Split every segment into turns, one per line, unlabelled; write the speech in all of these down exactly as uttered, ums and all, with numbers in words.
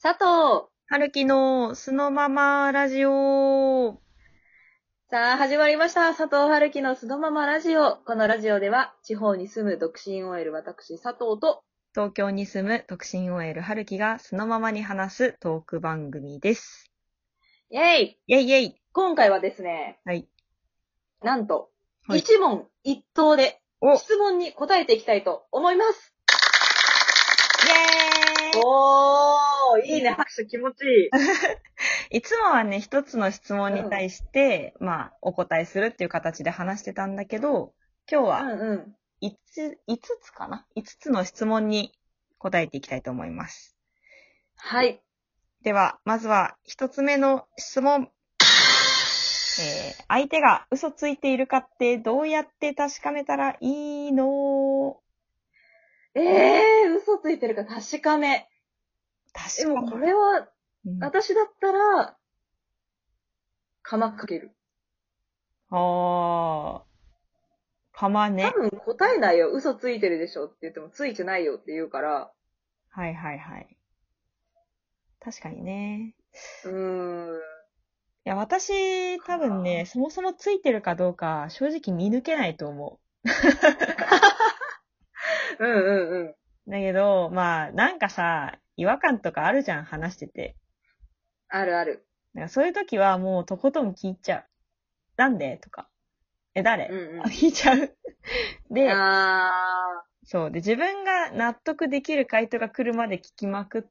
佐藤。
春樹の素のままラジオ。
さあ、始まりました。佐藤春樹の素のままラジオ。このラジオでは、地方に住む独身 オーエル 私、佐藤と、
東京に住む独身 オーエル 春樹が素のままに話すトーク番組です。
イェイ
イェイイェイ。
今回はですね、
はい。
なんと、
はい、
一問一答で
お
質問に答えていきたいと思います。
イェーイ。
おー、いいね、拍手気持ちいい。
いつもはね、一つの質問に対して、
うん、
まあ、お答えするっていう形で話してたんだけど、今日は
うんうん。
いつ、いつつかな ?いつ つの質問に答えていきたいと思います。
はい。
では、まずは一つ目の質問。えー、相手が嘘ついているかってどうやって確かめたらいいの？
えー、嘘ついてるか確かめ。でも
確かめ。
これは、
うん、
私だったら、釜かける。
あー、かまね。
多分答えないよ。嘘ついてるでしょって言ってもついてないよって言うから。
はいはいはい。確かにね。
うーん。
いや、私、多分ね、そもそもついてるかどうか、正直見抜けないと思
うんうんうん。
う。だけど、まあ、なんかさ、違和感とかあるじゃん、話してて。
あるある。
だからそういう時はもうとことん聞いちゃう。なんでとか。え、誰あ、
うん
聞いちゃう。
うん。
で、
あ
そう。で、自分が納得できる回答が来るまで聞きまくって、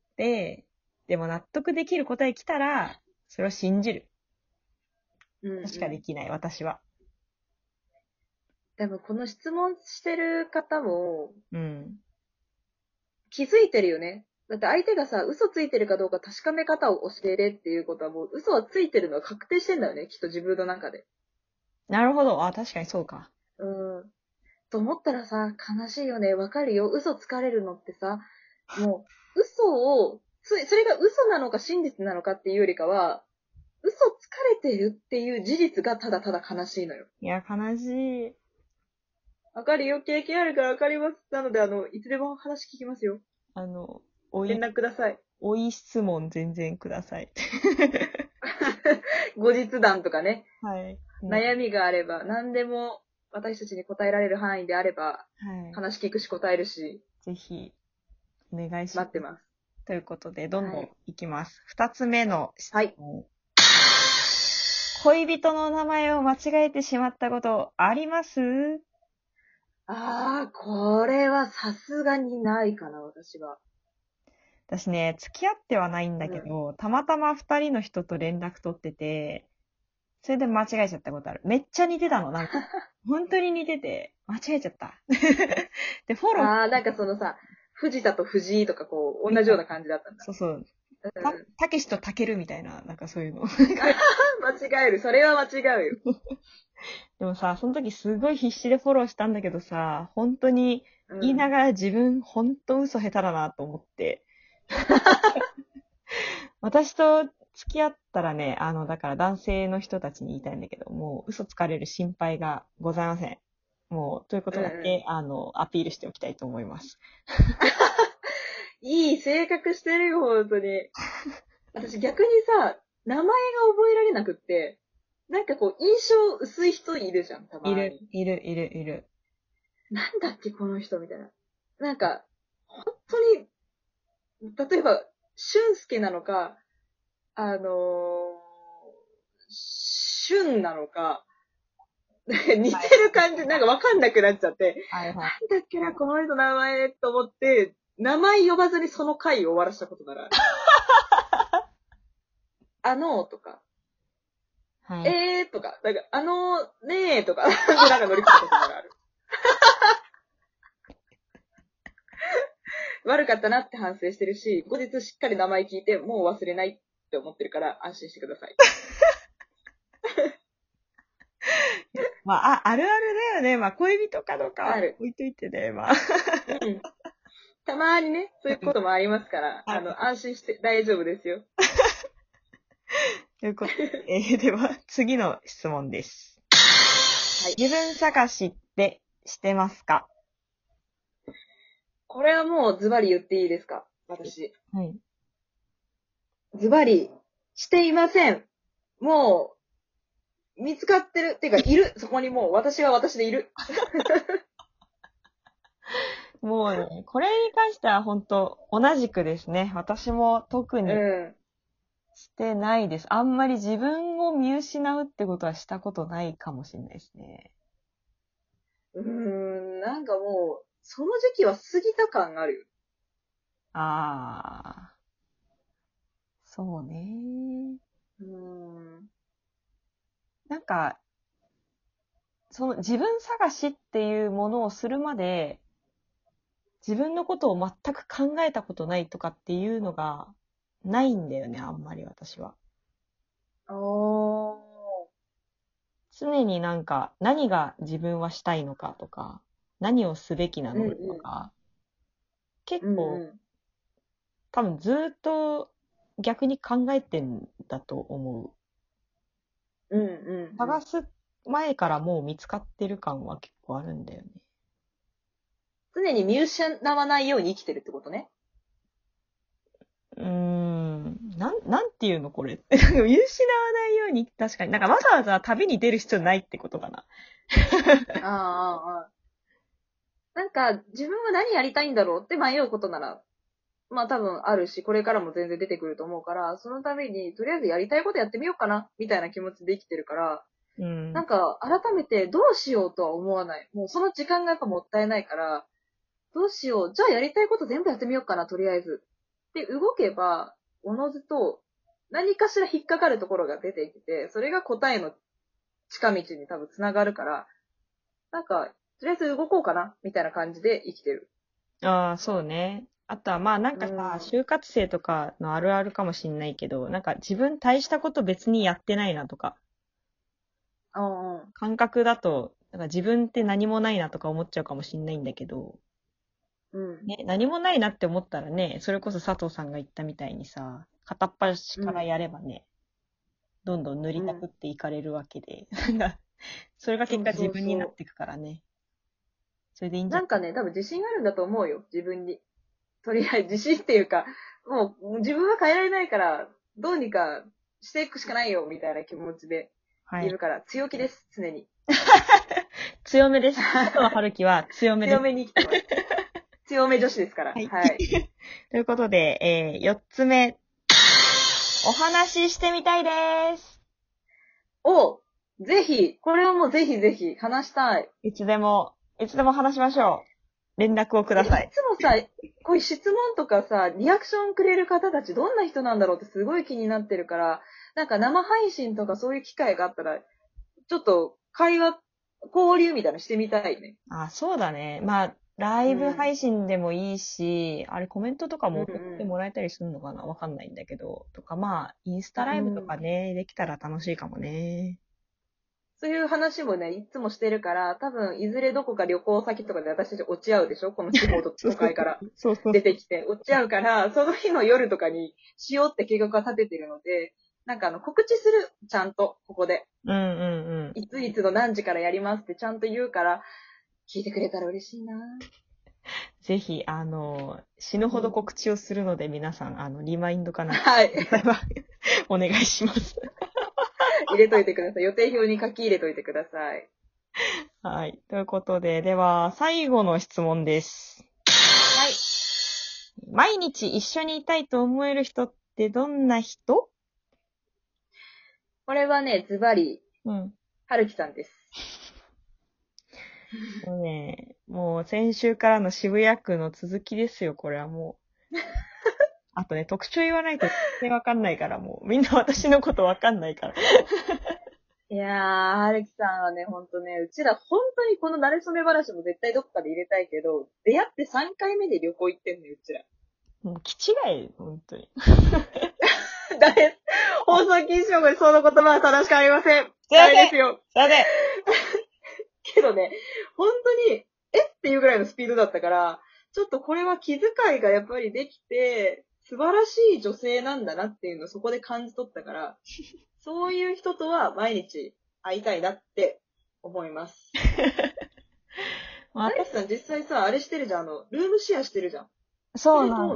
でも納得できる答え来たら、それを信じる。
ー。うんうん。
しかできない、私は。
でもこの質問してる方も
うん。
気づいてるよね。だって相手がさ、嘘ついてるかどうか確かめ方を教えれっていうことはもう嘘はついてるのは確定してんだよね。きっと自分の中で。
なるほど。あ、確かにそうか。
うん。と思ったらさ、悲しいよね。わかるよ。嘘つかれるのってさ、もう、嘘を、そそれが嘘なのか真実なのかっていうよりかは、嘘つかれてるっていう事実がただただ悲しいのよ。
いや、悲しい。
わかるよ。経験あるからわかります。なので、あの、いつでも話聞きますよ。
あの、お
連
い、
絡ください。
おい質問全然ください。
後日談とかね。
はい。ね。
悩みがあれば、何でも私たちに答えられる範囲であれば、
はい。
話聞くし答えるし、
ぜひ、お願いします。
待ってます。
ということで、どんどん
はい。
いきます。二つ目の質
はい。
問。恋人の名前を間違えてしまったことあります？
あー、これはさすがにないかな、私は。
私ね、付き合ってはないんだけ
うん。
ど、たまたま二人の人と連絡取ってて、それで間違えちゃったことある。めっちゃ似てたの、なんか。本当に似てて、間違えちゃった。で、フォロー、
あー、なんかそのさ、藤田と藤井とかこう、同じような感じだったんだ。
そうそう。た、
うん。
たけしとたけるみたいな、なんかそういうの。
間違える。それは間違うよ。
でもさ、その時すごい必死でフォローしたんだけどさ、本当に
うん。
言いながら自分本当嘘下手だなと思って。私と付き合ったらね、あの、だから男性の人たちに言いたいんだけど、もう嘘つかれる心配がございません。もう、というこ
うん
とだけ、
う
あの、アピールしておきたいと思います。
ん。いい性格してるよ、本当に。私逆にさ、名前が覚えられなくって、なんかこう、印象薄い人いるじゃん、た
いる、
まに。
いる、いる、いる。
なんだっけ、この人、みたいな。なんか、本当に、例えば、俊介なのか、あのー、俊なのか、似てる感じ、なんかわかんなくなっちゃって、
はいはい。
なんだっけな、この人名前と思って、名前呼ばずにその回を終わらせたことならある。あのーとか、
はい。
えーとか、なんか、あのーねーとか、でなんか乗り切ったことならある。悪かったなって反省してるし、後日しっかり名前聞いて、もう忘れないって思ってるから安心してください。
まあ、あ、あるあるだよね。まあ、恋人かどうかは
ある。
置いといてね。まあ。
うん。たまにね、そういうこともありますから、
はい。
あの、安心して大丈夫ですよ。
ということで、えー、では、次の質問です。
はい。
自分探しってしてますか？
これはもうズバリ言っていいですか？私。
はい。
ズバリ、していません。もう、見つかってる。っていうか、いる。そこにもう、私は私でいる。
もうね、これに関しては本当同じくですね。私も特
う
に
ん。
してないです。あんまり自分を見失うってことはしたことないかもしれないですね。
うーん、なんかもう、その時期は過ぎた感があるよ。
ああ、そうね。
うーん。
なんか、その自分探しっていうものをするまで、自分のことを全く考えたことないとかっていうのがないんだよね、あんまり私は。
あー。
常になんか何が自分はしたいのかとか、何をすべきな
うん
のかとか、結
うん。うん
構
う
多分ずっと逆に考えてんだと思
ん。うん
う。
うんうん。
探す前からもう見つかってる感は結構あるんだよね。
常に見失わないように生きてるってことね。
うーん。なん、なんていうのこれ。見失わないように、確かに。なんかわざわざ旅に出る必要ないってことかな。
ああ、ああ。なんか、自分は何やりたいんだろうって迷うことなら、まあ多分あるし、これからも全然出てくると思うから、そのために、とりあえずやりたいことやってみようかな、みたいな気持ちで生きてるから、
うん。
なんか、改めてどうしようとは思わない。もうその時間がやっぱもったいないから、どうしよう。じゃあやりたいこと全部やってみようかな、とりあえず。で、動けば、おのずと、何かしら引っかかるところが出てきて、それが答えの近道に多分繋がるから、なんか、とりあえず動こうかな、みたいな感じで生きてる。
ああ、そうね。あとはまあなんかさ、
うん。
就活生とかのあるあるかもしんないけど、なんか自分大したこと別にやってないなとか、
ああ、
感覚だと、なんか自分って何もないなとか思っちゃうかもしんないんだけど、
うん。
ね、何もないなって思ったらね、それこそ佐藤さんが言ったみたいにさ、片っ端から
うん。
やればね、どんどん塗りたく
うん。
っていかれるわけで、なんか、それが結
そう
果自
そうそ
分になっていくからね。それでいいん
う。
じゃない？
なんかね、多分自信があるんだと思うよ、自分に。とりあえず自信っていうか、もう自分は変えられないから、どうにかしていくしかないよ、みたいな気持ちで
はい。
いるから、強気です、常に。
強めです。佐藤春樹は強めです。
強めに生きてます。強め女子ですから。
はい。
はい。
ということで、えー、よっつめ、お話ししてみたいです。
を、ぜひ、これはもうぜひぜひ話したい。
いつでも、いつでも話しましょう。連絡をくだ
い
さい。
つもさ、こういう質問とかさ、リアクションくれる方たちどんな人なんだろうってすごい気になってるから、なんか生配信とかそういう機会があったら、ちょっと会話、交流みたいなのしてみたいね。
あ、そうだね。まあ、ライブ
うん。
配信でもいいし、あれコメントとか
うん
も送ってもらえたりするのかなわかんないんだけど。とか、まあ、インスタライブと
うん。
かね、できたら楽しいかもね。
そういう話もね、いつもしてるから、多分、いずれどこか旅行先とかで私たち落ち合うでしょこの地方と
そうそう
都会から
そう。そうそう
出てきて、落ち合うから、その日の夜とかにしようって計画は立ててるので、なんかあの、告知する、ちゃんと、ここで。
うんうんうん。
いついつの何時からやりますってちゃんと言うから、聞いてくれたら嬉しいな。
ぜひ、あの、死ぬほど告知をするので、皆さん、あの、リマインドかなんか、
はい。
お願いします。
入れといてください。予定表に書き入れといてください。
はい。ということで、では、最後の質問です。
はい。
毎日一緒にいたいと思える人ってどんな人？
これはね、ズバリ、
うん。
はるきさんです。
もうね、もう先週からの渋谷区の続きですよ、これはもう。あとね、特徴言わないと全然わかんないから、もう。みんな私のことわかんないから。
いやー、はるきさんはね、ほんとね、うちら本当にこの馴れ初め話も絶対どこかで入れたいけど、出会ってさんかいめで旅行行ってんのよ、うちら。
もう、気違い、本当に。
誰放送禁止用語でその言葉は正しくありません。
すいません
ダメですよ。
さて、
けどね、本当に、えっていうぐらいのスピードだったから、ちょっとこれは気遣いがやっぱりできて、素晴らしい女性なんだなっていうのをそこで感じ取ったから、そういう人とは毎日会いたいなって思います。
まあ、私、
アリスさん実際さ、あれしてるじゃん、あの、ルームシェアしてるじゃん。そ
そうなん
れどうなの？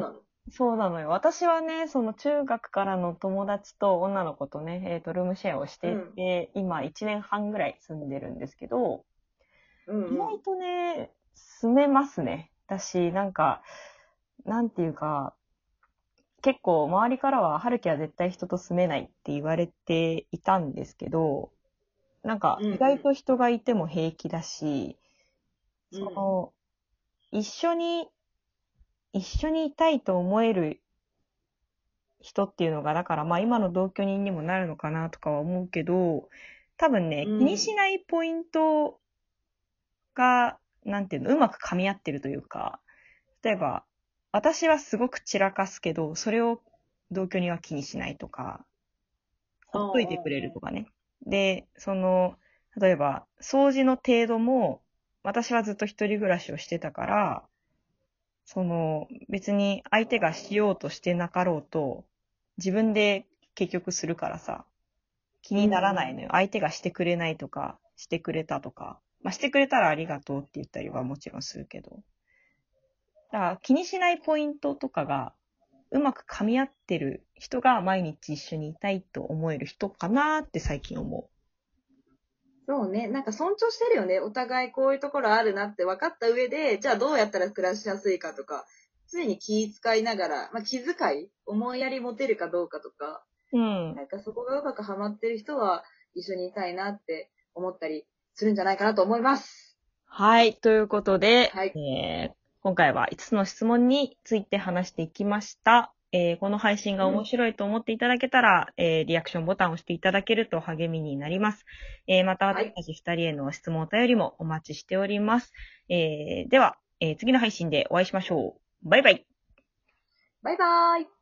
そうなのよ。私はね、その中学からの友達と女の子とね、えっと、ルームシェアをしてい
うん。
て、今いちねんはんぐらい住んでるんですけど、
うんうん。
意外とね、住めますね。だし、なんか、なんていうか、結構周りからは、春樹は絶対人と住めないって言われていたんですけど、なんか
うん
意外と人がいても平気だし、
うん。うん。
その、一緒に、一緒にいたいと思える人っていうのが、だからまあ今の同居人にもなるのかなとかは思うけど、多分ね、気にし
うん。
ないポイントが、なんていうの、うまく噛み合ってるというか、例えば、私はすごく散らかすけど、それを同居人は気にしないとか、ほ
あ
っといてくれ
あ、
るとかね。で、その、例えば、掃除の程度も、私はずっと一人暮らしをしてたから、その、別に相手がしようとしてなかろうと、自分で結局するからさ、気
うん
になら
うん。
ないのよ。相手がしてくれないとか、してくれたとか。まあ、してくれたらありがとうって言ったりはもちろんするけど。だから気にしないポイントとかがうまく噛み合ってる人が毎日一緒にいたいと思える人かなって最近思
そうね。なんか尊重してるよね。お互いこういうところあるなって分かった上で、じゃあどうやったら暮らしやすいかとか、常に気遣いながら、まあ、気遣い、思いやり持てるかどうかとか、
う。うん。
なんかそこがうまくハマってる人は一緒にいたいなって思ったりするんじゃないかなと思います。
はい。ということで、
はい。
えー今回はいつつの質問について話していきました。えーこの配信が面
うん。
白いと思っていただけたら、えーリアクションボタンを押していただけると励みになります。えーまた
はい。
私たちふたりへの質問お便りもお待ちしております。えーでは、えー次の配信でお会いしましょう。バイバイ。
バイバーイ。